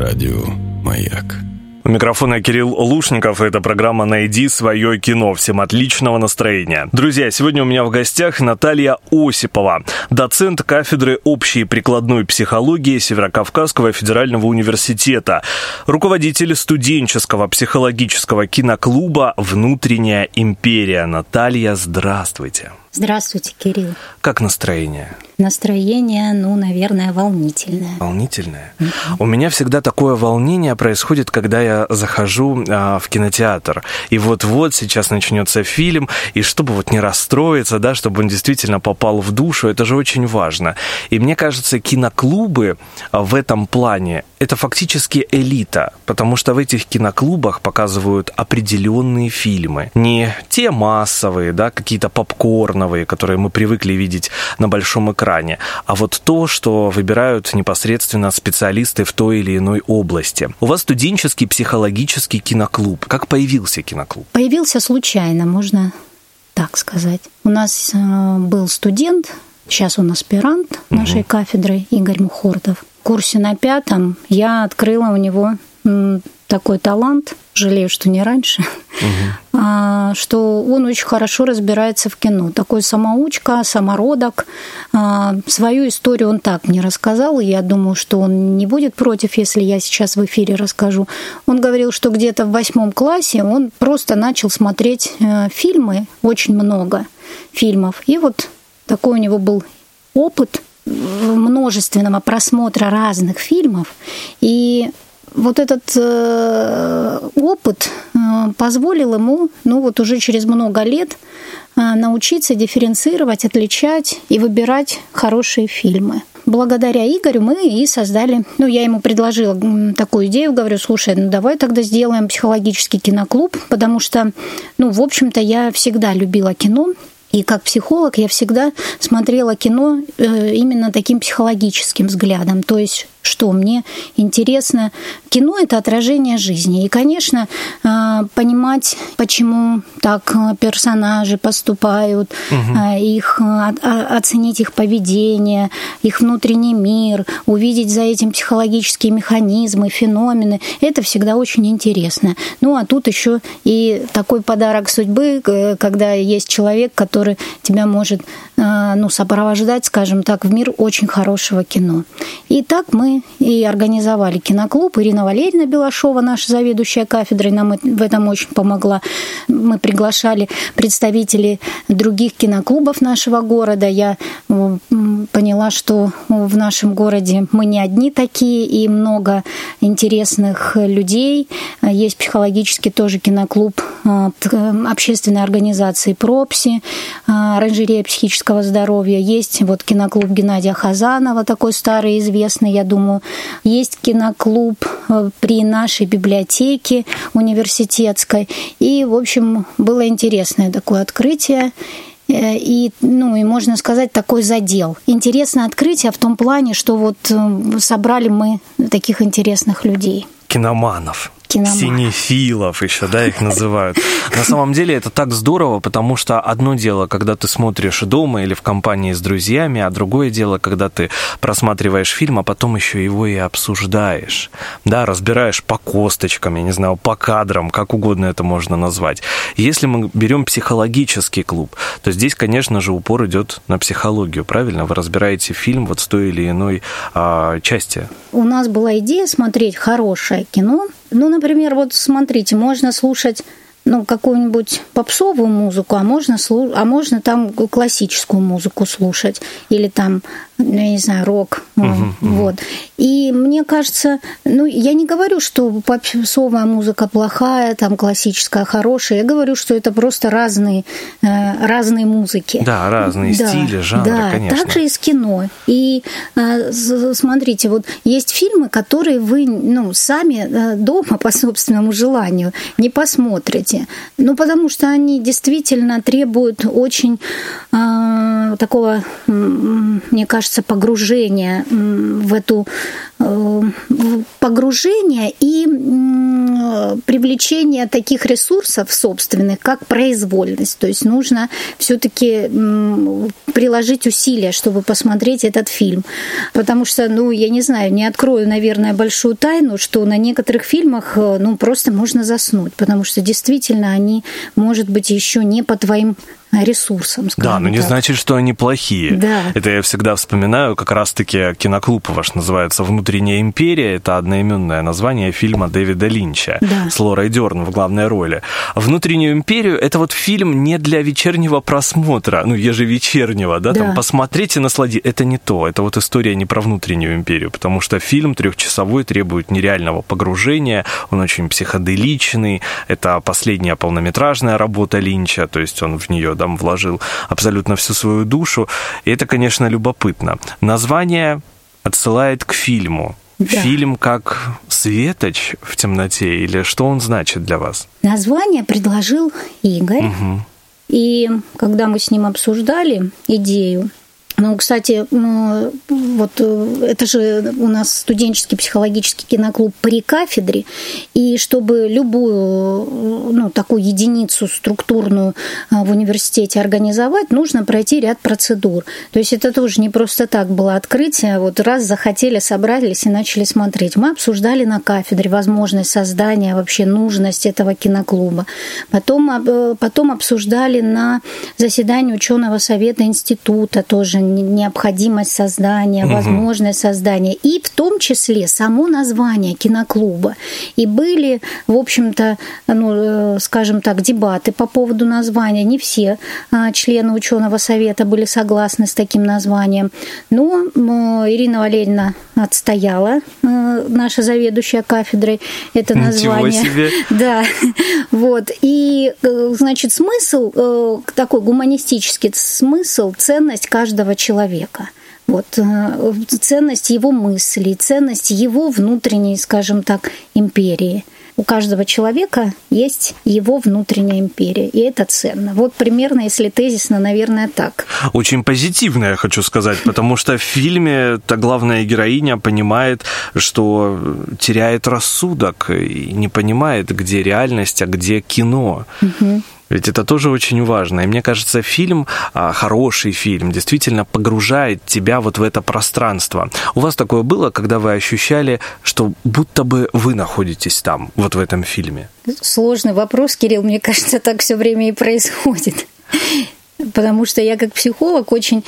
Радио «Маяк». У микрофона Кирилл Лушников, и это программа «Найди свое кино». Всем отличного настроения. Друзья, сегодня у меня в гостях Наталья Осипова, доцент кафедры общей и прикладной психологии Северокавказского федерального университета, руководитель студенческого психологического киноклуба «Внутренняя империя». Наталья, здравствуйте. Здравствуйте, Кирилл. Как настроение? Настроение, наверное, волнительное. Волнительное? У меня всегда такое волнение происходит, когда я захожу в кинотеатр. И вот-вот сейчас начнется фильм, и чтобы не расстроиться, да, чтобы он действительно попал в душу, это же очень важно. И мне кажется, киноклубы в этом плане — это фактически элита, потому что в этих киноклубах показывают определенные фильмы. Не те массовые, да, какие-то попкорновые, которые мы привыкли видеть на большом экране, а вот то, что выбирают непосредственно специалисты в той или иной области. У вас студенческий психологический киноклуб. Как появился киноклуб? Появился случайно, можно так сказать. У нас был студент, сейчас он аспирант нашей кафедры, Игорь Мухортов. В курсе на 5 я открыла у него такой талант, жалею, что не раньше, что он очень хорошо разбирается в кино. Такой самоучка, самородок. Свою историю он так мне рассказал, и я думаю, что он не будет против, если я сейчас в эфире расскажу. Он говорил, что где-то в 8 классе он просто начал смотреть фильмы, очень много фильмов. И вот такой у него был опыт множественного просмотра разных фильмов. И вот этот опыт позволил ему, уже через много лет научиться дифференцировать, отличать и выбирать хорошие фильмы. Благодаря Игорю мы и создали, я ему предложила такую идею, говорю, слушай, давай тогда сделаем психологический киноклуб, потому что, в общем-то, я всегда любила кино. И как психолог я всегда смотрела кино именно таким психологическим взглядом. То есть, что мне интересно, кино — это отражение жизни. И, конечно, понимать, почему так персонажи поступают, оценить их поведение, их внутренний мир, увидеть за этим психологические механизмы, феномены — это всегда очень интересно. А тут еще и такой подарок судьбы, когда есть человек, который тебя может сопровождать, скажем так, в мир очень хорошего кино. И так мы и организовали киноклуб. Ирина Валерьевна Белашова, наша заведующая кафедрой, нам в этом очень помогла. Мы приглашали представителей других киноклубов нашего города. Я поняла, что в нашем городе мы не одни такие, и много интересных людей. Есть психологический тоже киноклуб общественной организации «Пропси», оранжерея психического здоровья. Есть киноклуб Геннадия Хазанова, такой старый, известный, я думаю. Есть киноклуб при нашей библиотеке университетской. И, в общем, было интересное такое открытие. И можно сказать, такой задел. Интересное открытие в том плане, что собрали мы таких интересных людей. Киноманов. Синефилов еще, их называют. На самом деле это так здорово, потому что одно дело, когда ты смотришь дома или в компании с друзьями, а другое дело, когда ты просматриваешь фильм, а потом еще его и обсуждаешь. Разбираешь по косточкам, я не знаю, по кадрам, как угодно это можно назвать. Если мы берем психологический клуб, то здесь, конечно же, упор идет на психологию, правильно? Вы разбираете фильм с той или иной части. У нас была идея смотреть хорошее кино. Например, смотрите, можно слушать какую-нибудь попсовую музыку, а можно там классическую музыку слушать, или там, я не знаю, рок. И мне кажется, я не говорю, что попсовая музыка плохая, там классическая хорошая, я говорю, что это просто разные музыки. Да, разные стили, жанры, конечно. Так же и с кино. И смотрите, есть фильмы, которые вы сами дома по собственному желанию не посмотрите. Потому что они действительно требуют очень такого, мне кажется, погружения в эту погружение и привлечение таких ресурсов собственных, как произвольность. То есть нужно все-таки приложить усилия, чтобы посмотреть этот фильм. Потому что, я не знаю, не открою, наверное, большую тайну, что на некоторых фильмах просто можно заснуть, потому что действительно они, может быть, еще не по твоим ресурсам, скажем Да, но не так. Значит, что они плохие. Да. Это я всегда вспоминаю, как раз-таки киноклуб ваш называется «Внутренняя империя». Это одноименное название фильма Дэвида Линча с Лорой Дёрн в главной роли. «Внутреннюю империю» — это вот фильм не для вечернего просмотра, ежевечернего, да, там посмотреть и насладиться. Это не то. Это вот история не про внутреннюю империю, потому что фильм 3-часовой требует нереального погружения, он очень психоделичный. Это последняя полнометражная работа Линча, то есть он в нее вложил абсолютно всю свою душу. И это, конечно, любопытно. Название отсылает к фильму. Да. Фильм как светоч в темноте, или что он значит для вас? Название предложил Игорь. И когда мы с ним обсуждали идею, кстати, вот это же у нас студенческий психологический киноклуб при кафедре, и чтобы любую такую единицу структурную в университете организовать, нужно пройти ряд процедур. То есть это тоже не просто так было открытие, вот раз захотели, собрались и начали смотреть. Мы обсуждали на кафедре возможность создания, вообще нужность этого киноклуба. Потом обсуждали на заседании ученого совета института тоже необходимость создания, возможность создания, и в том числе само название киноклуба. И были, в общем-то, скажем так, дебаты по поводу названия. Не все члены ученого совета были согласны с таким названием. Но Ирина Валерьевна отстояла, наша заведующая кафедрой, это название. Ничего себе! Да. Вот. И, значит, смысл, такой гуманистический смысл, ценность каждого человека. Вот, ценность его мыслей, ценность его внутренней, скажем так, империи. У каждого человека есть его внутренняя империя, и это ценно. Вот примерно, если тезисно, наверное, так. Очень позитивно, я хочу сказать, потому что в фильме та главная героиня понимает, что теряет рассудок и не понимает, где реальность, а где кино. Ведь это тоже очень важно. И мне кажется, фильм, хороший фильм, действительно погружает тебя вот в это пространство. У вас такое было, когда вы ощущали, что будто бы вы находитесь там, вот в этом фильме? Сложный вопрос, Кирилл. Мне кажется, так все время и происходит. Потому что я как психолог очень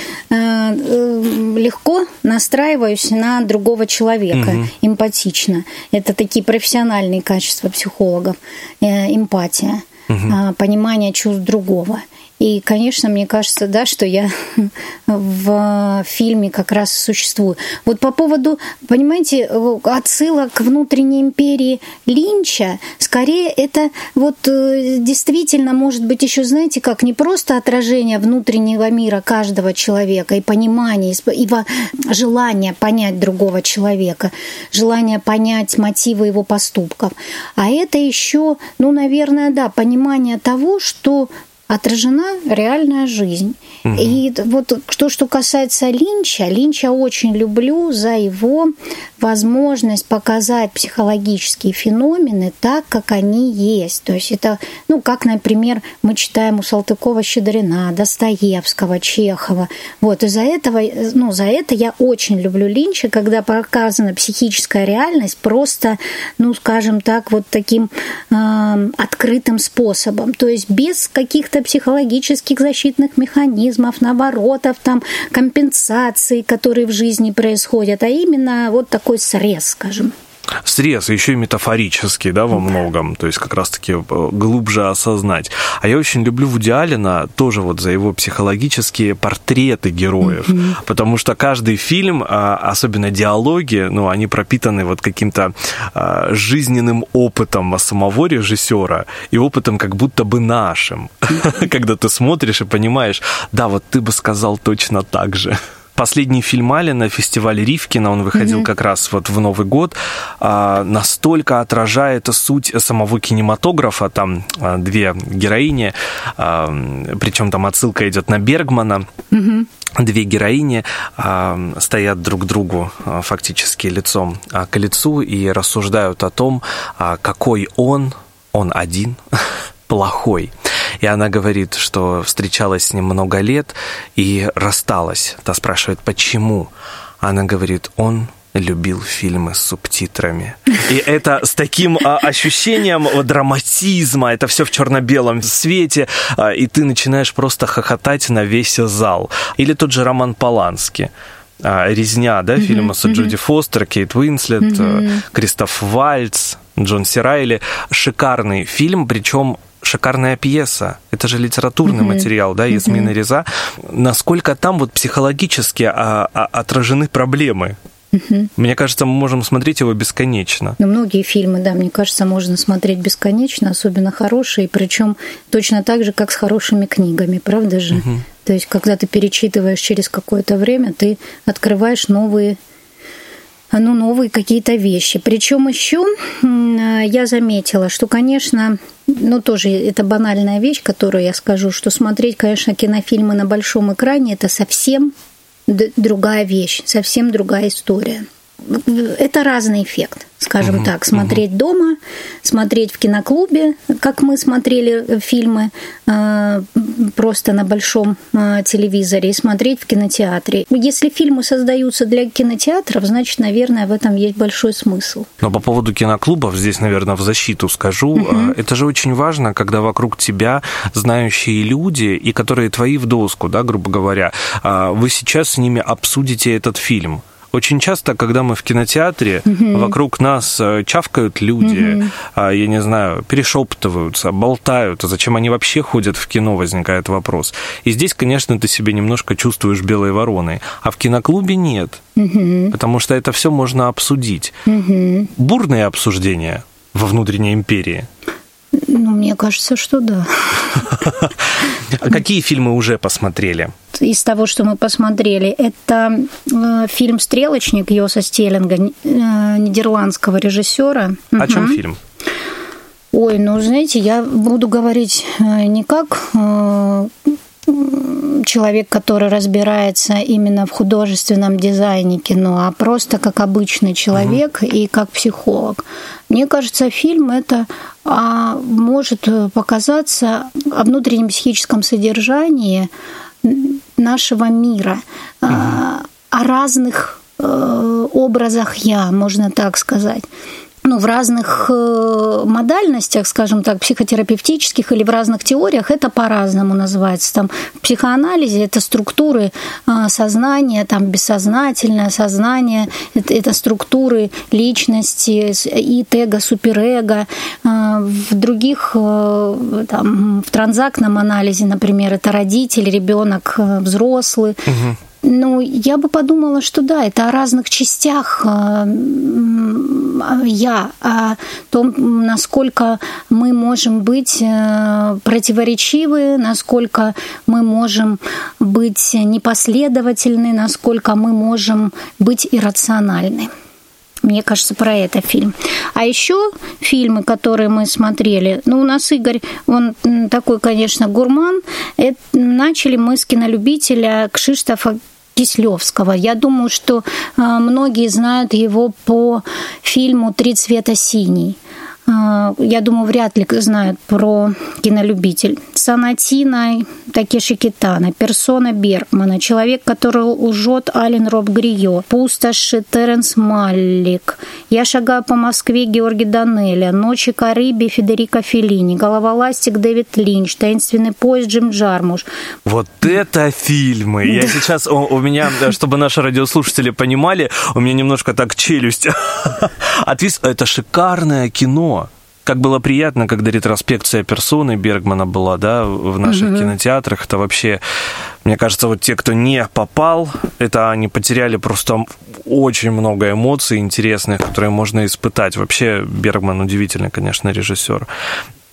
легко настраиваюсь на другого человека, эмпатично. Это такие профессиональные качества психологов. Эмпатия. Понимание чувств другого. И, конечно, мне кажется, да, что я в фильме как раз существую. Вот по поводу, понимаете, отсылок к внутренней империи Линча, скорее это вот действительно может быть еще, знаете, как не просто отражение внутреннего мира каждого человека и понимание, и желание понять другого человека, желание понять мотивы его поступков. А это еще, наверное, да, понимание того, что отражена реальная жизнь. И вот то, что касается Линча очень люблю за его возможность показать психологические феномены так, как они есть. То есть это, как, например, мы читаем у Салтыкова-Щедрина, Достоевского, Чехова. Вот, и за это я очень люблю Линча, когда показана психическая реальность просто, скажем так, вот таким открытым способом. То есть без каких-то психологических защитных механизмов, наворотов, компенсаций, которые в жизни происходят, а именно вот такой срез, скажем. Срез, еще и метафорический, да, во многом, то есть как раз-таки глубже осознать. А я очень люблю Вуди Аллена тоже вот за его психологические портреты героев, потому что каждый фильм, особенно диалоги, они пропитаны вот каким-то жизненным опытом самого режиссера и опытом как будто бы нашим, когда ты смотришь и понимаешь, да, вот ты бы сказал точно так же. Последний фильм Али на фестивале Ривкина, он выходил как раз вот в Новый год, настолько отражает суть самого кинематографа. Там две героини, причем там отсылка идет на Бергмана. Две героини стоят друг к другу фактически лицом к лицу и рассуждают о том, какой он один, плохой. И она говорит, что встречалась с ним много лет и рассталась. Та спрашивает, почему? Она говорит, он любил фильмы с субтитрами. И это с таким ощущением драматизма, это все в черно-белом свете, и ты начинаешь просто хохотать на весь зал. Или тот же Роман Полански. «Резня», да, фильма с Джоди Фостер, Кейт Уинслет, Кристоф Вальтц, Джон Си Райли. Шикарный фильм, причем шикарная пьеса. Это же литературный материал, да, Ясмина Реза. Насколько там вот психологически отражены проблемы. Мне кажется, мы можем смотреть его бесконечно. Но многие фильмы, да, мне кажется, можно смотреть бесконечно, особенно хорошие, причем точно так же, как с хорошими книгами, правда же? То есть, когда ты перечитываешь через какое-то время, ты открываешь новые какие-то вещи. Причем еще я заметила, что, конечно, тоже это банальная вещь, которую я скажу, что смотреть, конечно, кинофильмы на большом экране – это совсем другая вещь, совсем другая история. Это разный эффект, скажем так. Смотреть дома, смотреть в киноклубе, как мы смотрели фильмы просто на большом телевизоре, и смотреть в кинотеатре. Если фильмы создаются для кинотеатров, значит, наверное, в этом есть большой смысл. Но по поводу киноклубов, здесь, наверное, в защиту скажу, это же очень важно, когда вокруг тебя знающие люди, и которые твои в доску, да, грубо говоря, вы сейчас с ними обсудите этот фильм. Очень часто, когда мы в кинотеатре, вокруг нас чавкают люди, я не знаю, перешептываются, болтают. Зачем они вообще ходят в кино, возникает вопрос. И здесь, конечно, ты себя немножко чувствуешь белой вороной. А в киноклубе нет, потому что это все можно обсудить. Бурные обсуждения во внутренней империи. Мне кажется, что да. А какие фильмы уже посмотрели? Из того, что мы посмотрели, это фильм «Стрелочник» Йоса Стеллинга, нидерландского режиссера. О чем фильм? Ой, знаете, я буду говорить не как человек, который разбирается именно в художественном дизайне кино, а просто как обычный человек и как психолог. Мне кажется, фильм это может показаться о внутреннем психическом содержании нашего мира, о разных образах «я», можно так сказать. В разных модальностях, скажем так, психотерапевтических или в разных теориях это по-разному называется. Там в психоанализе это структуры сознания, там бессознательное сознание, это структуры личности, ид-эго, суперэго. В других, там, в транзактном анализе, например, это родитель, ребенок, взрослый. Я бы подумала, что да, это о разных частях «я», о том, насколько мы можем быть противоречивы, насколько мы можем быть непоследовательны, насколько мы можем быть иррациональны. Мне кажется, про это фильм. А еще фильмы, которые мы смотрели, у нас Игорь, он такой, конечно, гурман. Начали мы с кинолюбителя Кшиштофа Кислевского. Я думаю, что многие знают его по фильму «Три цвета синий». Я думаю, вряд ли знают про кинолюбитель. Сонатина Такеши Китано, Персона Бергмана, Человек, который лжет Ален Роб Грио, Пустоши Теренс Маллик, Я шагаю по Москве Георгий Данелия, Ночи Карибби Федерико Феллини, Головоластик Дэвид Линч, Таинственный поезд Джим Джармуш. Вот это фильмы! Я сейчас, у меня, чтобы наши радиослушатели понимали, у меня немножко так челюсть отвис. Это шикарное кино. Как было приятно, когда ретроспекция «Персоны» Бергмана была, да, в наших кинотеатрах. Это вообще, мне кажется, вот те, кто не попал, это они потеряли просто очень много эмоций интересных, которые можно испытать. Вообще Бергман удивительный, конечно, режиссер.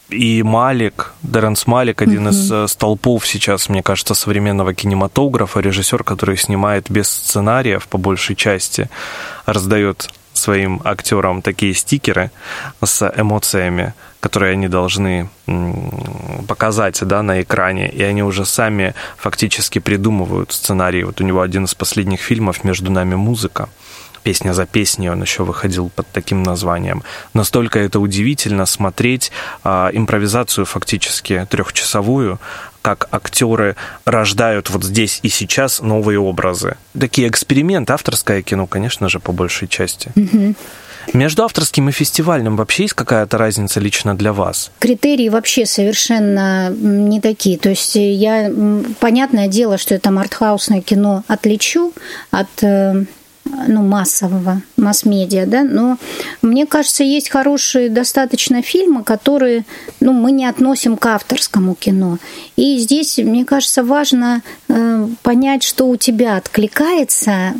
И Дерренс Малик, один из столпов сейчас, мне кажется, современного кинематографа, режиссер, который снимает без сценариев по большей части, раздает своим актерам такие стикеры с эмоциями, которые они должны показать, да, на экране, и они уже сами фактически придумывают сценарий. Вот у него один из последних фильмов «Между нами музыка», «Песня за песней», он еще выходил под таким названием. Настолько это удивительно смотреть импровизацию фактически 3-часовую, как актеры рождают вот здесь и сейчас новые образы. Такие эксперименты, авторское кино, конечно же, по большей части. Между авторским и фестивальным вообще есть какая-то разница лично для вас? Критерии вообще совершенно не такие. То есть я, понятное дело, что это артхаусное кино отличу от массового, масс-медиа, да, но мне кажется, есть хорошие достаточно фильмы, которые, мы не относим к авторскому кино. И здесь, мне кажется, важно понять, что у тебя откликается,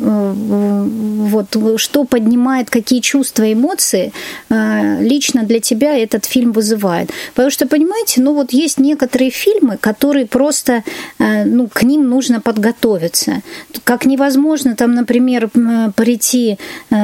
что поднимает, какие чувства, эмоции лично для тебя этот фильм вызывает. Потому что, понимаете, есть некоторые фильмы, которые просто, к ним нужно подготовиться. Как невозможно там, например, прийти,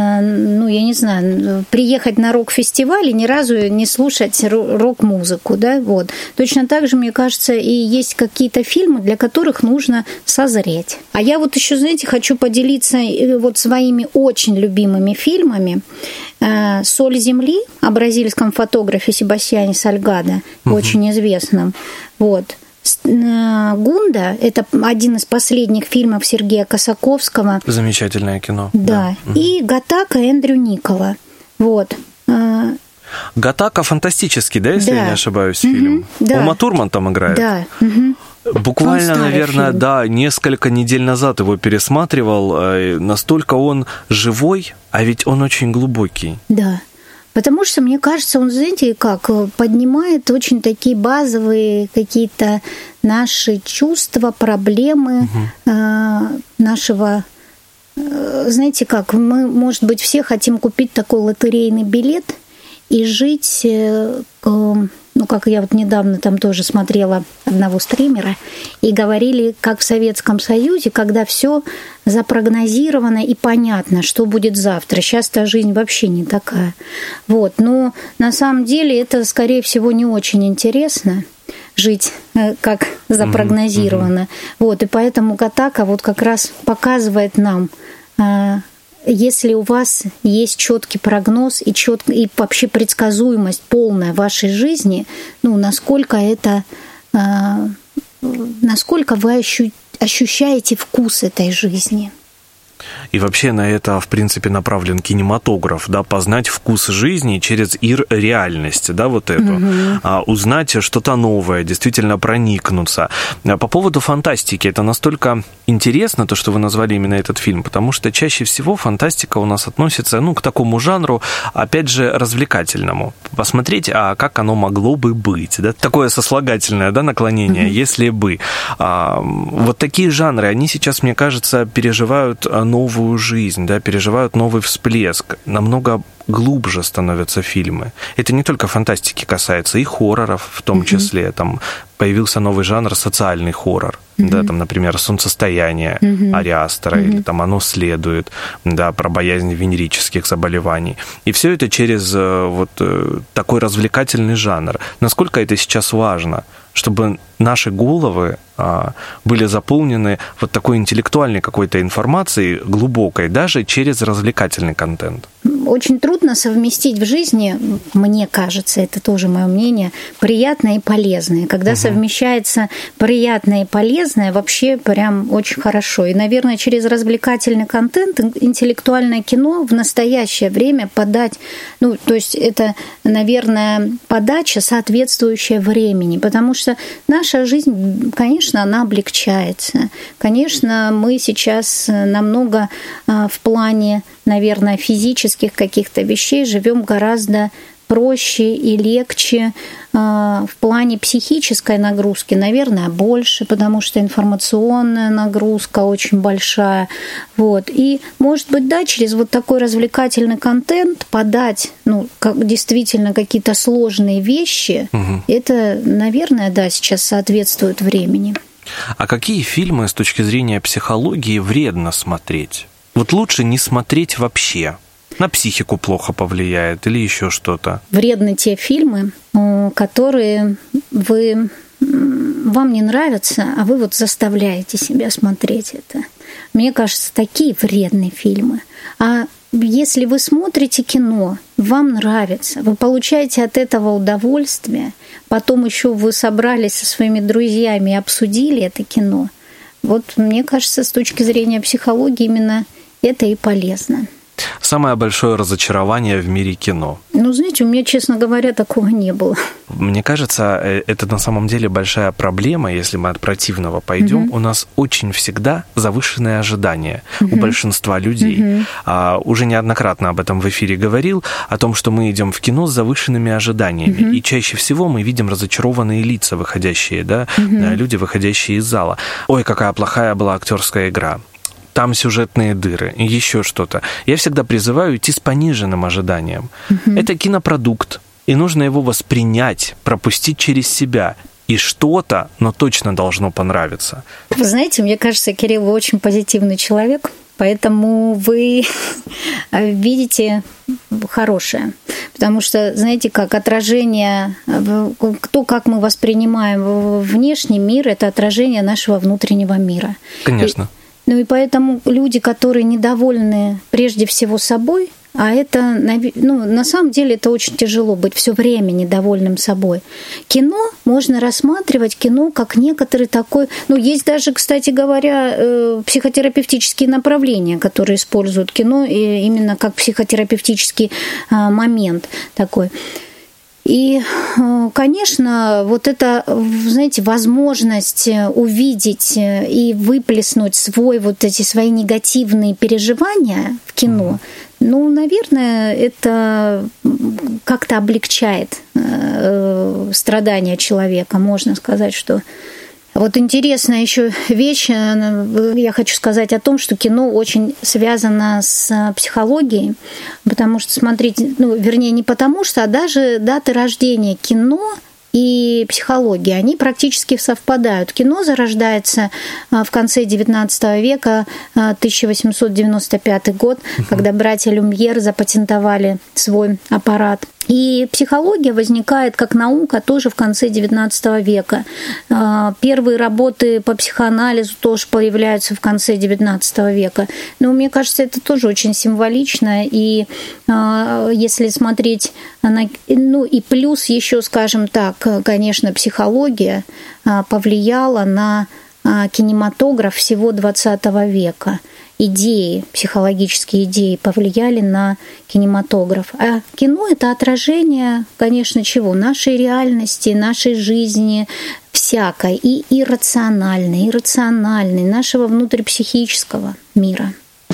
приехать на рок-фестиваль и ни разу не слушать рок-музыку, да, вот. Точно так же, мне кажется, и есть какие-то фильмы, для которых нужно созреть. А я еще, знаете, хочу поделиться своими очень любимыми фильмами. «Соль земли» о бразильском фотографе Себастьяне Сальгадо, очень известном, вот. «Гунда» — это один из последних фильмов Сергея Косаковского. Замечательное кино. Да. И «Гаттака» Эндрю Никола. Вот. «Гаттака» фантастический, да, если я не ошибаюсь, фильм? Да. Ума Турман там играет? Да. Буквально, наверное, фильм. Несколько недель назад его пересматривал. Настолько он живой, а ведь он очень глубокий. Да. Потому что, мне кажется, он, знаете, поднимает очень такие базовые какие-то наши чувства, проблемы нашего... Знаете мы, может быть, все хотим купить такой лотерейный билет и жить... как я недавно там тоже смотрела одного стримера, и говорили, как в Советском Союзе, когда все запрогнозировано и понятно, что будет завтра. Сейчас-то жизнь вообще не такая. Вот. Но на самом деле это, скорее всего, не очень интересно жить, как запрогнозировано. Вот. И поэтому «Гаттака» как раз показывает нам, если у вас есть четкий прогноз и вообще предсказуемость полная вашей жизни, насколько вы ощущаете вкус этой жизни. И вообще на это, в принципе, направлен кинематограф, да, познать вкус жизни через реальность, да, вот эту, узнать что-то новое, действительно проникнуться. По поводу фантастики, это настолько интересно, то, что вы назвали именно этот фильм, потому что чаще всего фантастика у нас относится, к такому жанру, опять же, развлекательному. Посмотреть, как оно могло бы быть, да, такое сослагательное, да, наклонение, если бы. Вот такие жанры, они сейчас, мне кажется, переживают новую жизнь, да, переживают новый всплеск, намного глубже становятся фильмы. Это не только фантастики касается, и хорроров в том числе. Там появился новый жанр — социальный хоррор. Да, там, например, «Солнцестояние» Ари Астера, или там «Оно следует», да, про боязнь венерических заболеваний. И все это через такой развлекательный жанр. Насколько это сейчас важно, чтобы наши головы были заполнены такой интеллектуальной какой-то информацией, глубокой, даже через развлекательный контент. Очень трудно совместить в жизни, мне кажется, это тоже мое мнение, приятное и полезное. Когда совмещается приятное и полезное, вообще прям очень хорошо. И, наверное, через развлекательный контент интеллектуальное кино в настоящее время подать, то есть это, наверное, подача, соответствующая времени, потому что наша жизнь, конечно, она облегчается. Конечно, мы сейчас намного в плане, наверное, физических каких-то вещей живем гораздо проще и легче в плане психической нагрузки, наверное, больше, потому что информационная нагрузка очень большая. Вот. И, может быть, да, через вот такой развлекательный контент подать, действительно какие-то сложные вещи, это, наверное, да, сейчас соответствует времени. А какие фильмы с точки зрения психологии вредно смотреть? Вот лучше не смотреть вообще. На психику плохо повлияет или еще что-то? Вредны те фильмы, которые вам не нравятся, а вы вот заставляете себя смотреть это. Мне кажется, такие вредные фильмы. А если вы смотрите кино, вам нравится, вы получаете от этого удовольствие, потом еще вы собрались со своими друзьями и обсудили это кино, вот мне кажется, с точки зрения психологии именно это и полезно. Самое большое разочарование в мире кино? Знаете, у меня, честно говоря, такого не было. Мне кажется, это на самом деле большая проблема, если мы от противного пойдем. У нас очень всегда завышенные ожидания у большинства людей. Уже неоднократно об этом в эфире говорил, о том, что мы идем в кино с завышенными ожиданиями. И чаще всего мы видим разочарованные лица, выходящие, люди, выходящие из зала. Ой, какая плохая была актерская игра. Там сюжетные дыры, еще что-то. Я всегда призываю идти с пониженным ожиданием. Это кинопродукт, и нужно его воспринять, пропустить через себя. И что-то, но точно должно понравиться. Вы знаете, мне кажется, Кирилл, вы очень позитивный человек, поэтому вы видите хорошее. Потому что, знаете, как отражение, то, как мы воспринимаем внешний мир, это отражение нашего внутреннего мира. Конечно. И поэтому люди, которые недовольны прежде всего собой, а это, на самом деле, это очень тяжело быть все время недовольным собой. Кино можно рассматривать как некоторый такой... есть даже, кстати говоря, психотерапевтические направления, которые используют кино именно как психотерапевтический момент такой. И, конечно, вот эта, знаете, возможность увидеть и выплеснуть эти свои негативные переживания в кино, наверное, это как-то облегчает страдания человека. Можно сказать, что... Вот интересная еще вещь, я хочу сказать о том, что кино очень связано с психологией, потому что, смотрите, не потому что, а даже даты рождения кино и психология, они практически совпадают. Кино зарождается в конце XIX века, 1895 год, когда братья Люмьер запатентовали свой аппарат. И психология возникает как наука тоже в конце XIX века. Первые работы по психоанализу тоже появляются в конце XIX века. Но мне кажется, это тоже очень символично. И если смотреть и плюс еще, скажем так, конечно, психология повлияла на кинематограф всего XX века. Психологические идеи повлияли на кинематограф. А кино – это отражение, конечно, чего? Нашей реальности, нашей жизни, всякой, и иррациональной, нашего внутрипсихического мира.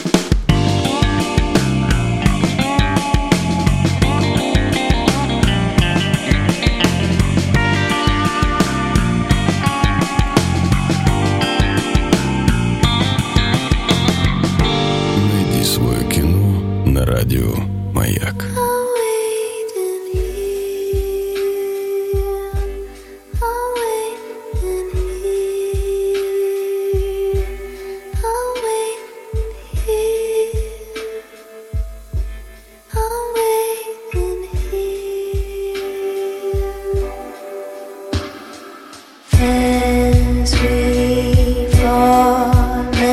Радио «Маяк».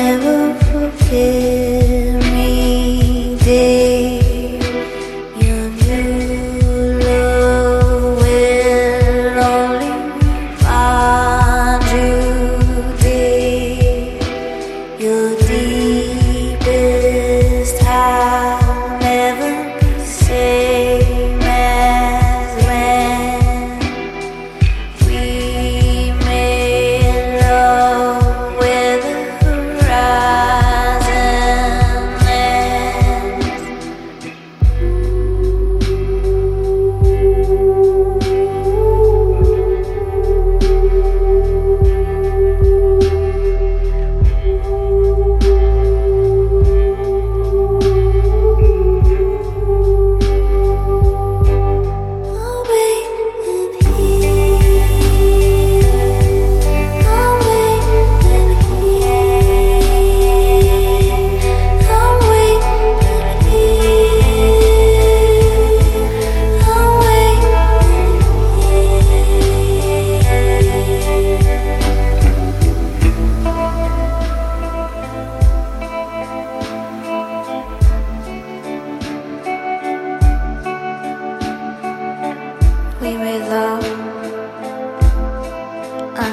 Never forget me, dear.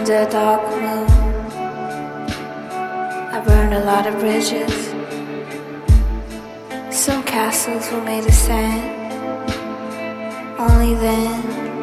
under a dark moon. I burned a lot of bridges. Some castles were made of sand. Only then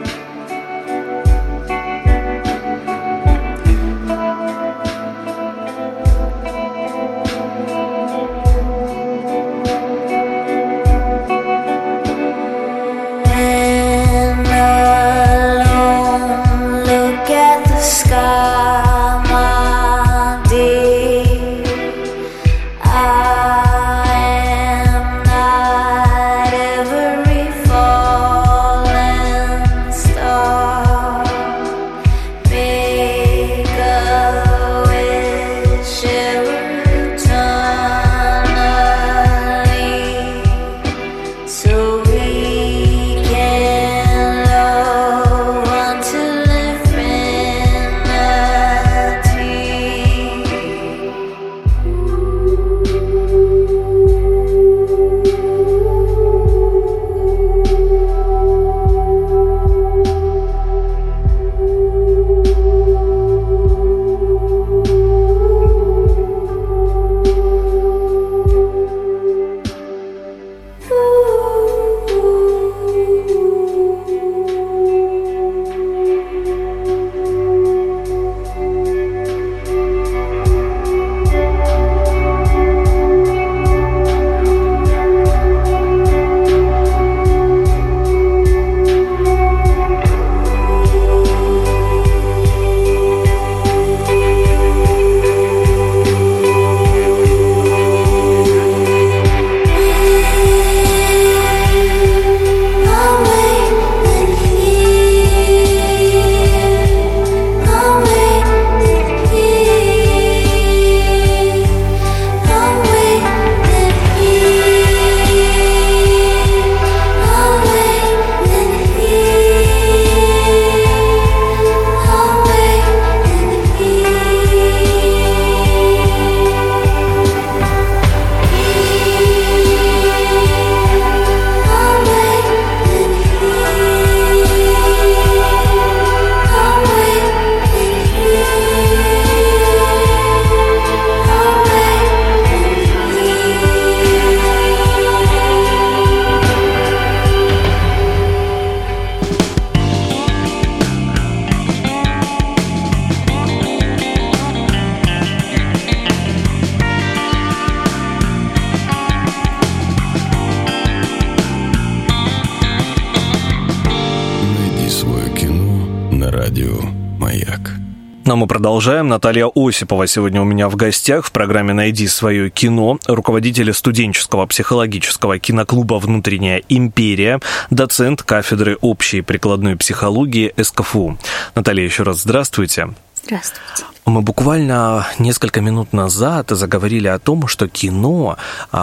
Но мы продолжаем. Наталья Осипова сегодня у меня в гостях в программе «Найди свое кино», руководитель студенческого психологического киноклуба «Внутренняя империя», доцент кафедры общей и прикладной психологии СКФУ. Наталья, еще раз здравствуйте. Здравствуйте. Мы буквально несколько минут назад заговорили о том, что кино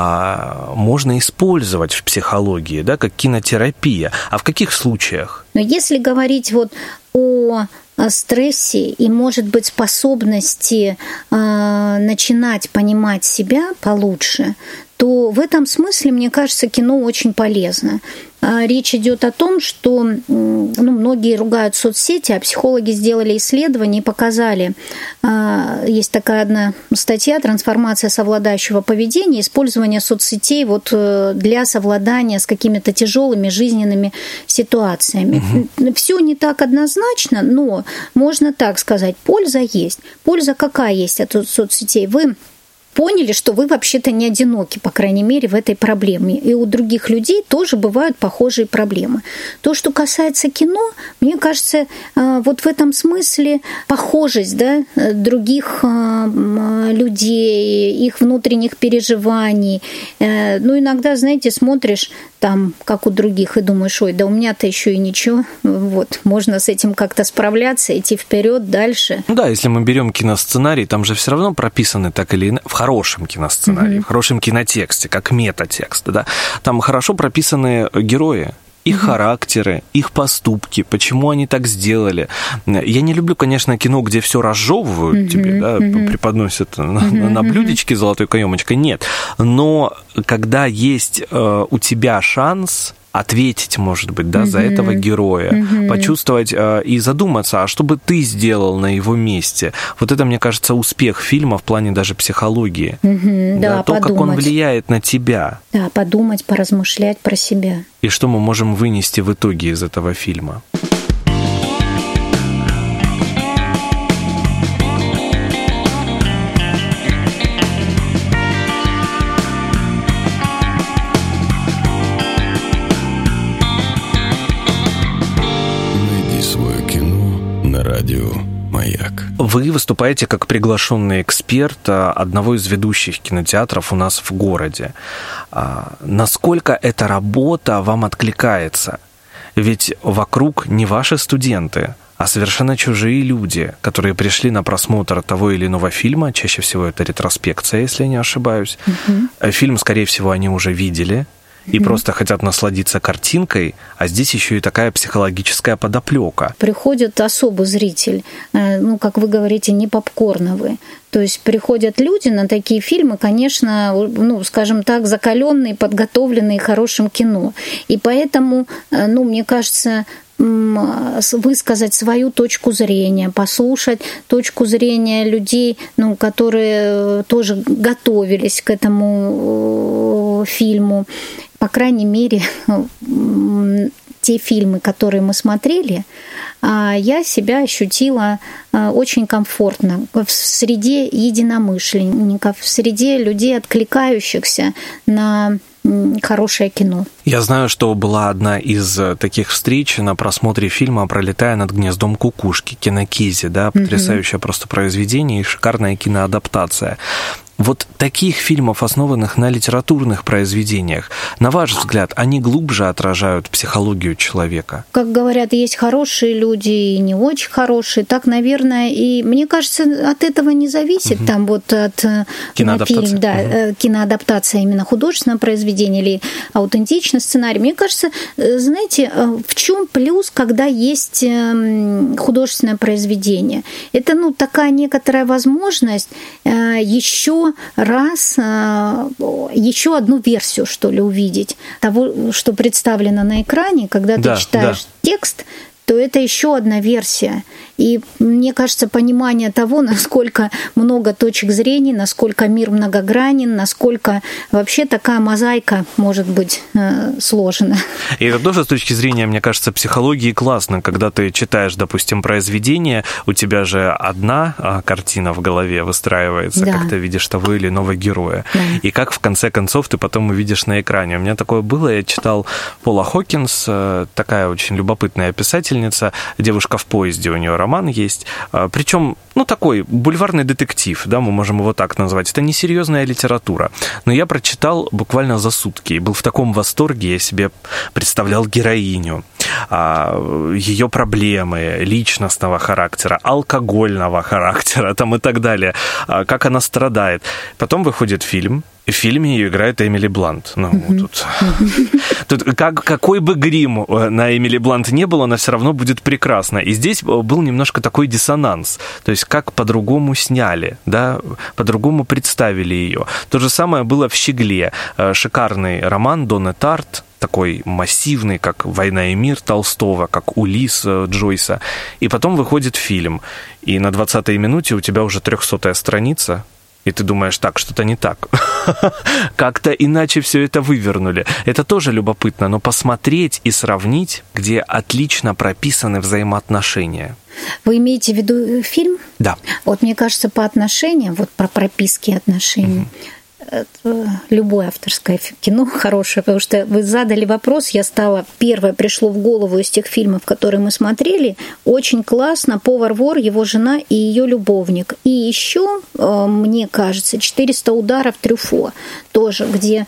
можно использовать в психологии, да, как кинотерапия. А в каких случаях? Но если говорить вот о стрессе и, может быть, способности начинать понимать себя получше, то в этом смысле, мне кажется, кино очень полезно. Речь идет о том, что многие ругают соцсети, а психологи сделали исследование и показали, есть такая одна статья «Трансформация совладающего поведения. Использование соцсетей для совладания с какими-то тяжелыми жизненными ситуациями». Все не так однозначно, но можно так сказать, польза есть. Польза какая есть от соцсетей? Вы поняли, что вы вообще-то не одиноки, по крайней мере, в этой проблеме. И у других людей тоже бывают похожие проблемы. То, что касается кино, мне кажется, вот в этом смысле похожесть, да, других людей, их внутренних переживаний. Иногда, знаете, смотришь там, как у других, и думаешь, ой, да у меня-то еще и ничего. Можно с этим как-то справляться, идти вперед, дальше. Да, если мы берем киносценарий, там же все равно прописаны так или иначе, в хорошем киносценарии, в хорошем кинотексте, как метатекст, да, там хорошо прописаны герои, их характеры, их поступки, почему они так сделали. Я не люблю, конечно, кино, где все разжевывают тебе, да, преподносят на блюдечке золотой каемочкой. Нет. Но когда есть у тебя шанс ответить, может быть, да, за этого героя, почувствовать и задуматься, а что бы ты сделал на его месте? Вот это, мне кажется, успех фильма в плане даже психологии. Да, то, как он влияет на тебя. Да, подумать, поразмышлять про себя. И что мы можем вынести в итоге из этого фильма? Радио «Маяк». Вы выступаете как приглашенный эксперт одного из ведущих кинотеатров у нас в городе. Насколько эта работа вам откликается? Ведь вокруг не ваши студенты, а совершенно чужие люди, которые пришли на просмотр того или иного фильма. Чаще всего это ретроспекция, если я не ошибаюсь. Фильм, скорее всего, они уже видели и просто хотят насладиться картинкой, а здесь еще и такая психологическая подоплека. Приходит особый зритель, ну, как вы говорите, не попкорновый. То есть приходят люди на такие фильмы, конечно, ну, скажем так, закаленные, подготовленные хорошим кино. И поэтому, ну, мне кажется, высказать свою точку зрения, послушать точку зрения людей, ну, которые тоже готовились к этому фильму. По крайней мере, те фильмы, которые мы смотрели, я себя ощутила очень комфортно в среде единомышленников, в среде людей, откликающихся на хорошее кино. Я знаю, что была одна из таких встреч на просмотре фильма «Пролетая над гнездом кукушки», Кинокизи, да, потрясающее просто произведение и шикарная киноадаптация. Вот таких фильмов, основанных на литературных произведениях, на ваш взгляд, они глубже отражают психологию человека? Как говорят, есть хорошие люди и не очень хорошие. Так, наверное, и мне кажется, от этого не зависит там вот от киноадаптации. Фильм, киноадаптация именно художественного произведения или аутентичный сценарий. Мне кажется, знаете, в чем плюс, когда есть художественное произведение? Это, ну, такая некоторая возможность еще одну версию, что ли, увидеть того, что представлено на экране, когда ты читаешь текст, то это еще одна версия. И мне кажется, понимание того, насколько много точек зрения, насколько мир многогранен, насколько вообще такая мозаика может быть сложена. И это тоже с точки зрения, мне кажется, психологии классно, когда ты читаешь, допустим, произведение, у тебя же одна картина в голове выстраивается, как ты видишь того или иного героя. И как в конце концов ты потом увидишь на экране. У меня такое было, я читал Пола Хокинс, такая очень любопытная писательница, «Девушка в поезде», у нее роман есть, причем, ну, такой бульварный детектив, да, мы можем его так назвать. Это не серьезная литература. Но я прочитал буквально за сутки и был в таком восторге, я себе представлял героиню, ее проблемы личностного характера, алкогольного характера там и так далее, как она страдает. Потом выходит фильм. В фильме ее играет Эмили Блант. Ну, тут какой бы грим на Эмили Блант не был, она все равно будет прекрасна. И здесь был немножко такой диссонанс. То есть как по-другому сняли, да, по-другому представили ее. То же самое было в «Щегле». Шикарный роман Донны Тарт, такой массивный, как «Война и мир» Толстого, как «Улисс» Джойса. И потом выходит фильм. И на 20-й минуте у тебя уже 300-я страница, и ты думаешь, так, что-то не так. Как-то иначе все это вывернули. Это тоже любопытно, но посмотреть и сравнить, где отлично прописаны взаимоотношения. Вы имеете в виду фильм? Да. Вот мне кажется, по отношениям, вот про прописки отношений, любое авторское кино хорошее, потому что вы задали вопрос, я стала, первое пришло в голову из тех фильмов, которые мы смотрели, очень классно «Повар-вор», его жена и ее любовник. И еще, мне кажется, «400 ударов» Трюфо, тоже, где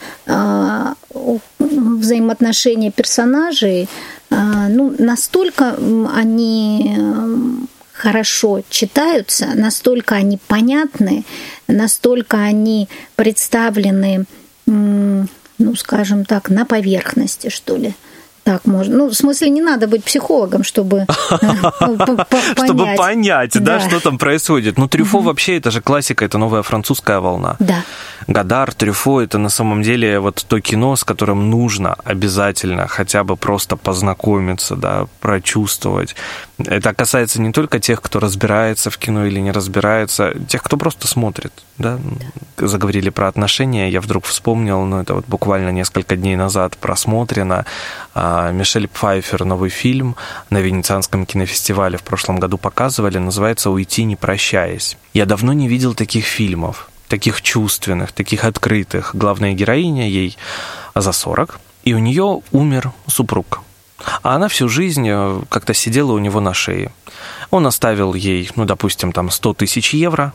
взаимоотношения персонажей, ну, настолько они хорошо читаются, настолько они понятны, настолько они представлены, ну, скажем так, на поверхности, что ли. Так можно. Ну, в смысле, не надо быть психологом, чтобы понять. Чтобы понять, да, что там происходит. Ну, Трюфо вообще, это же классика, это новая французская волна. Да. Годар, Трюфо, это на самом деле вот то кино, с которым нужно обязательно хотя бы просто познакомиться, да, прочувствовать. Это касается не только тех, кто разбирается в кино или не разбирается, тех, кто просто смотрит, да. Заговорили про отношения, я вдруг вспомнил, это вот буквально несколько дней назад просмотрено, Мишель Пфайффер новый фильм на Венецианском кинофестивале в прошлом году показывали, называется «Уйти, не прощаясь». Я давно не видел таких фильмов, таких чувственных, таких открытых. Главная героиня, ей за 40, и у нее умер супруг. А она всю жизнь как-то сидела у него на шее. Он оставил ей, допустим, 100 тысяч евро,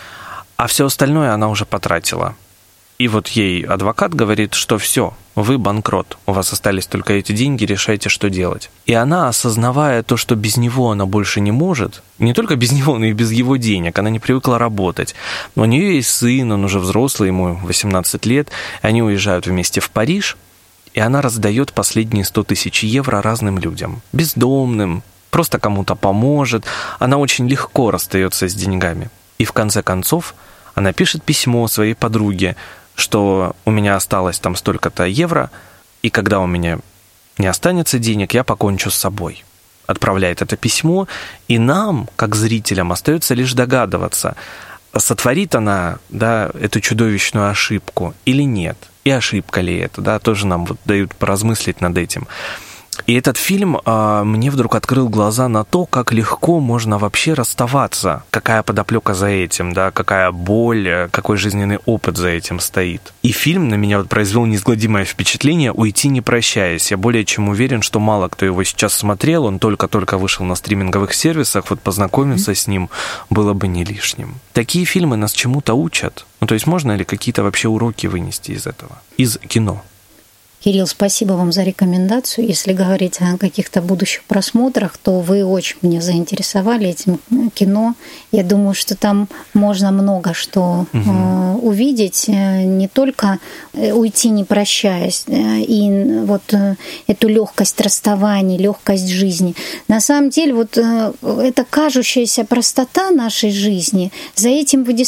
а все остальное она уже потратила. И вот ей адвокат говорит, что все, вы банкрот, у вас остались только эти деньги, решайте, что делать. И она, осознавая то, что без него она больше не может, не только без него, но и без его денег, она не привыкла работать. Но у нее есть сын, он уже взрослый, ему 18 лет, они уезжают вместе в Париж, и она раздает последние 100 тысяч евро разным людям, бездомным, просто кому-то поможет. Она очень легко расстается с деньгами. И в конце концов она пишет письмо своей подруге, что у меня осталось там столько-то евро, и когда у меня не останется денег, я покончу с собой. Отправляет это письмо, и нам, как зрителям, остается лишь догадываться, сотворит она, да, эту чудовищную ошибку или нет, и ошибка ли это, да, тоже нам вот дают поразмыслить над этим. И этот фильм мне вдруг открыл глаза на то, как легко можно вообще расставаться, какая подоплека за этим, да, какая боль, какой жизненный опыт за этим стоит. И фильм на меня произвел неизгладимое впечатление «Уйти, не прощаясь». Я более чем уверен, что мало кто его сейчас смотрел, он только-только вышел на стриминговых сервисах, вот познакомиться с ним было бы не лишним. Такие фильмы нас чему-то учат. То есть можно ли какие-то вообще уроки вынести из этого, из кино? Кирилл, спасибо вам за рекомендацию. Если говорить о каких-то будущих просмотрах, то вы очень меня заинтересовали этим кино. Я думаю, что там можно много что увидеть, не только уйти, не прощаясь, и вот эту легкость расставаний, легкость жизни. На самом деле, вот эта кажущаяся простота нашей жизни, за этим вы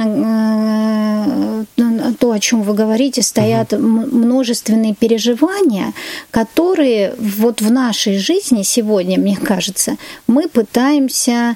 действительно, то, о чем вы говорите, стоят множественные переживания, которые вот в нашей жизни сегодня, мне кажется, мы пытаемся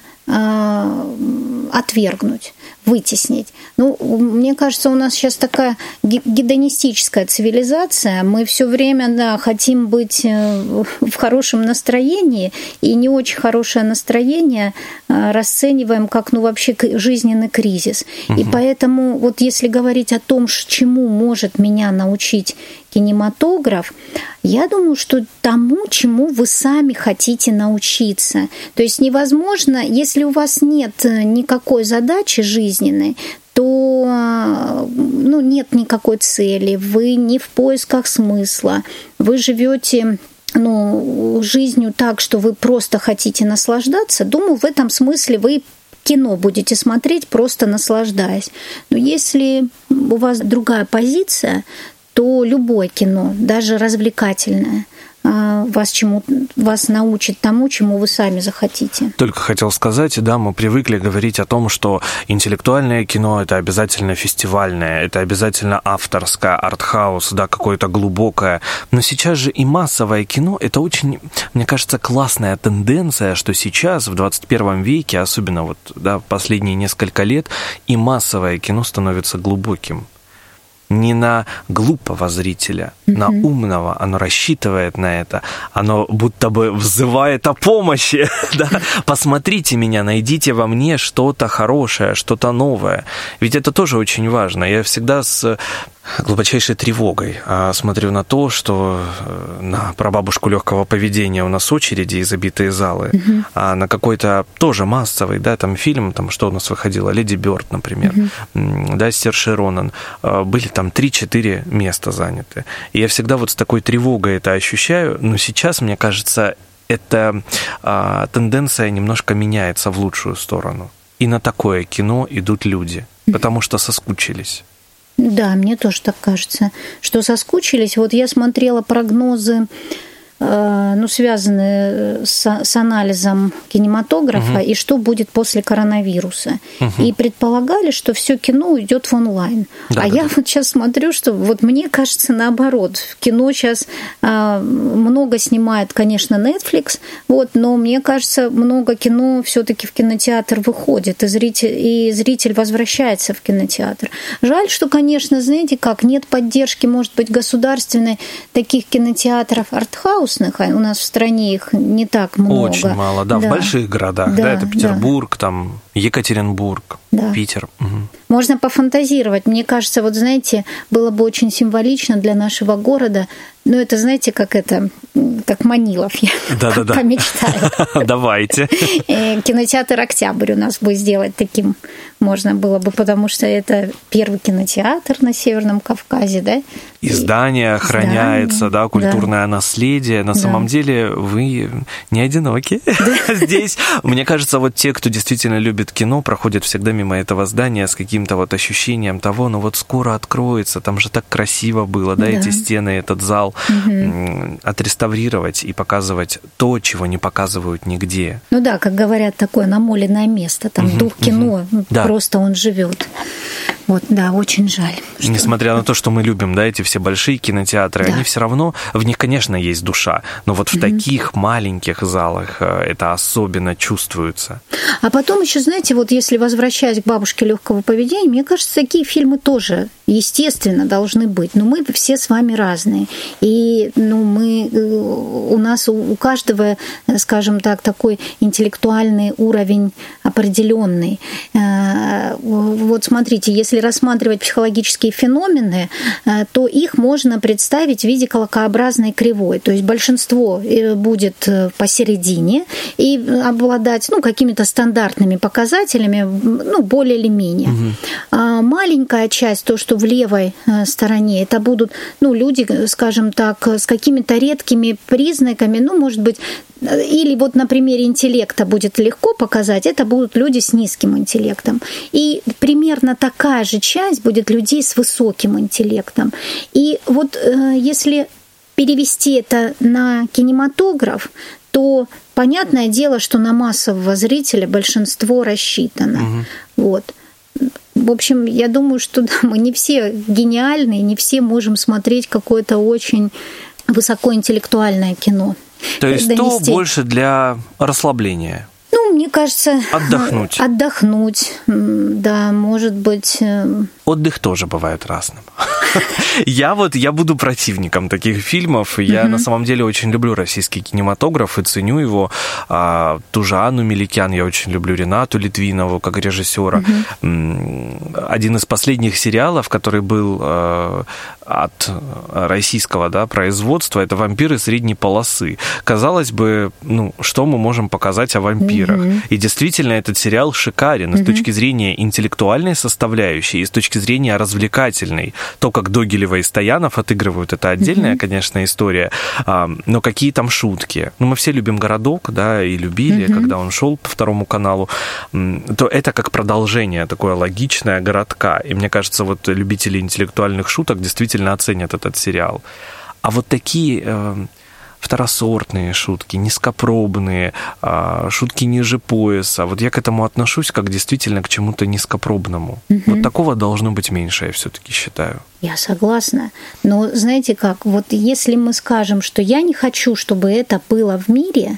отвергнуть, вытеснить. Мне кажется, у нас сейчас такая гедонистическая цивилизация. Мы все время, хотим быть в хорошем настроении, и не очень хорошее настроение расцениваем как, вообще жизненный кризис. И поэтому, вот если говорить о том, чему может меня научить кинематограф, я думаю, что тому, чему вы сами хотите научиться. То есть невозможно, если у вас нет никакой задачи жизненной, то нет никакой цели, вы не в поисках смысла, вы живете жизнью так, что вы просто хотите наслаждаться. Думаю, в этом смысле вы кино будете смотреть, просто наслаждаясь. Но если у вас другая позиция, то любое кино, даже развлекательное, вас научит тому, чему вы сами захотите. Только хотел сказать, да, мы привыкли говорить о том, что интеллектуальное кино – это обязательно фестивальное, это обязательно авторское, артхаус, да, какое-то глубокое. Но сейчас же и массовое кино – это очень, мне кажется, классная тенденция, что сейчас, в 21 веке, особенно в последние несколько лет, и массовое кино становится глубоким. Не на глупого зрителя, на умного. Оно рассчитывает на это. Оно будто бы взывает о помощи. Да? Посмотрите меня, найдите во мне что-то хорошее, что-то новое. Ведь это тоже очень важно. Я всегда с глубочайшей тревогой смотрю на то, что на прабабушку легкого поведения у нас очереди и забитые залы, а на какой-то тоже массовый, да, там фильм, там что у нас выходило, «Леди Бёрд», например, да, с Сарши Ронан, были там 3-4 места заняты. И я всегда вот с такой тревогой это ощущаю, но сейчас, мне кажется, эта тенденция немножко меняется в лучшую сторону. И на такое кино идут люди, потому что соскучились. Да, мне тоже так кажется, что соскучились. Вот я смотрела прогнозы связаны с анализом кинематографа и что будет после коронавируса. И предполагали, что все кино уйдет в онлайн. Я вот сейчас смотрю, что вот мне кажется наоборот. Кино сейчас много снимает, конечно, Netflix, но мне кажется, много кино все-таки в кинотеатр выходит, и зритель возвращается в кинотеатр. Жаль, что, конечно, знаете как, нет поддержки, может быть, государственной таких кинотеатров артхаусных, а у нас в стране их не так много. Очень мало, в больших городах, это Петербург, там Екатеринбург, Питер. Можно пофантазировать. Мне кажется, вот знаете, было бы очень символично для нашего города, это, знаете, как Манилов, я помечтаю. Давайте. Кинотеатр «Октябрь» у нас бы сделать таким можно было бы, потому что это первый кинотеатр на Северном Кавказе, да? И здание охраняется, культурное наследие. На самом деле вы не одиноки здесь. Мне кажется, вот те, кто действительно любит кино, проходят всегда мимо этого здания с каким-то вот ощущением того, скоро откроется, там же так красиво было, эти стены, этот зал. Отреставрировать и показывать то, чего не показывают нигде. Как говорят, такое намоленное место, там дух кино, просто он живет. Очень жаль. Несмотря на то, что мы любим, эти все большие кинотеатры, они все равно, в них, конечно, есть душа, но вот в таких маленьких залах это особенно чувствуется. А потом еще, знаете, если возвращаясь к «Бабушке легкого поведения», мне кажется, такие фильмы тоже, естественно, должны быть. Но мы все с вами разные. И у нас у каждого, скажем так, такой интеллектуальный уровень определенный. Вот смотрите, если рассматривать психологические феномены, то их можно представить в виде колокообразной кривой. То есть большинство будет посередине и обладать какими-то стандартными показателями, более или менее. А маленькая часть, то, что в левой стороне, это будут люди, скажем так, с какими-то редкими признаками, может быть, или на примере интеллекта будет легко показать, это будут люди с низким интеллектом. И примерно такая же часть будет людей с высоким интеллектом. И если перевести это на кинематограф, то понятное дело, что на массового зрителя большинство рассчитано. В общем, я думаю, что мы не все гениальные, не все можем смотреть какое-то очень высокоинтеллектуальное кино. То есть то больше для расслабления? Мне кажется... Отдохнуть, может быть... Отдых тоже бывает разным. Я буду противником таких фильмов. Я на самом деле очень люблю российский кинематограф и ценю его. Ту же Анну Меликян я очень люблю, Ренату Литвинову как режиссера. Один из последних сериалов, который был от российского производства, это «Вампиры средней полосы». Казалось бы, что мы можем показать о вампирах? И действительно, этот сериал шикарен с точки зрения интеллектуальной составляющей и с точки зрения развлекательной. То, как Догилева и Стоянов отыгрывают, это отдельная, конечно, история. Но какие там шутки? Мы все любим «Городок», и любили, когда он шел по Второму каналу. То это как продолжение такое логичное «Городка». И мне кажется, любители интеллектуальных шуток действительно оценят этот сериал. А такие... второсортные шутки, низкопробные, шутки ниже пояса. Я к этому отношусь как действительно к чему-то низкопробному. Такого должно быть меньше, я все-таки считаю. Я согласна. Но знаете как, если мы скажем, что я не хочу, чтобы это было в мире,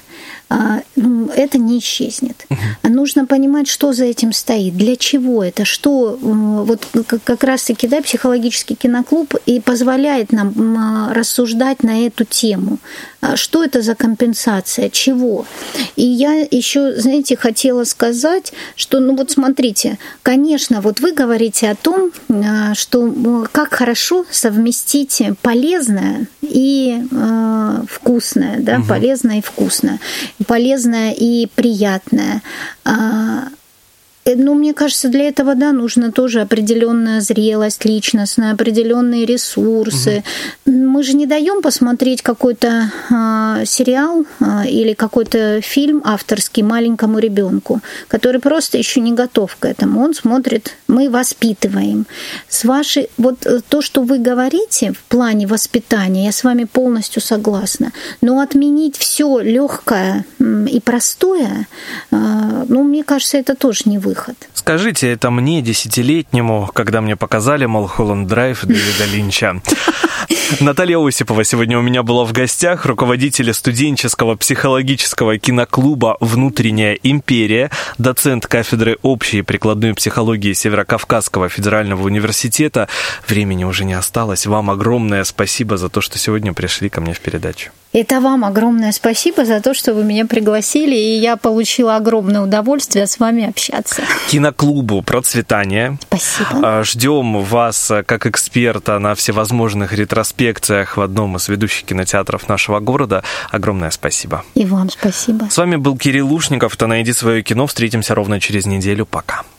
это не исчезнет. Нужно понимать, что за этим стоит, для чего это, что как раз-таки психологический киноклуб и позволяет нам рассуждать на эту тему. Что это за компенсация, чего? И я еще, знаете, хотела сказать, что, смотрите, конечно, вы говорите о том, что как хорошо совместить полезное и вкусное, полезное и вкусное, полезное и приятное. Мне кажется, для этого, да, нужно тоже определенная зрелость личностная, определенные ресурсы. Мы же не даем посмотреть какой-то сериал или какой-то фильм авторский маленькому ребенку, который просто еще не готов к этому. Он смотрит, мы воспитываем. Вот то, что вы говорите в плане воспитания, я с вами полностью согласна. Но отменить все легкое и простое, мне кажется, это тоже не выход. Скажите это мне, 10-летнему, когда мне показали «Малхолланд Драйв» Дэвида Линча. Наталья Осипова сегодня у меня была в гостях, руководитель студенческого психологического киноклуба «Внутренняя империя», доцент кафедры общей и прикладной психологии Северокавказского федерального университета. Времени уже не осталось. Вам огромное спасибо за то, что сегодня пришли ко мне в передачу. Это вам огромное спасибо за то, что вы меня пригласили, и я получила огромное удовольствие с вами общаться. Киноклубу процветания. Спасибо. Ждем вас как эксперта на всевозможных ретроспекциях в одном из ведущих кинотеатров нашего города. Огромное спасибо. И вам спасибо. С вами был Кирилл Лушников. Это «Найди свое кино». Встретимся ровно через неделю. Пока.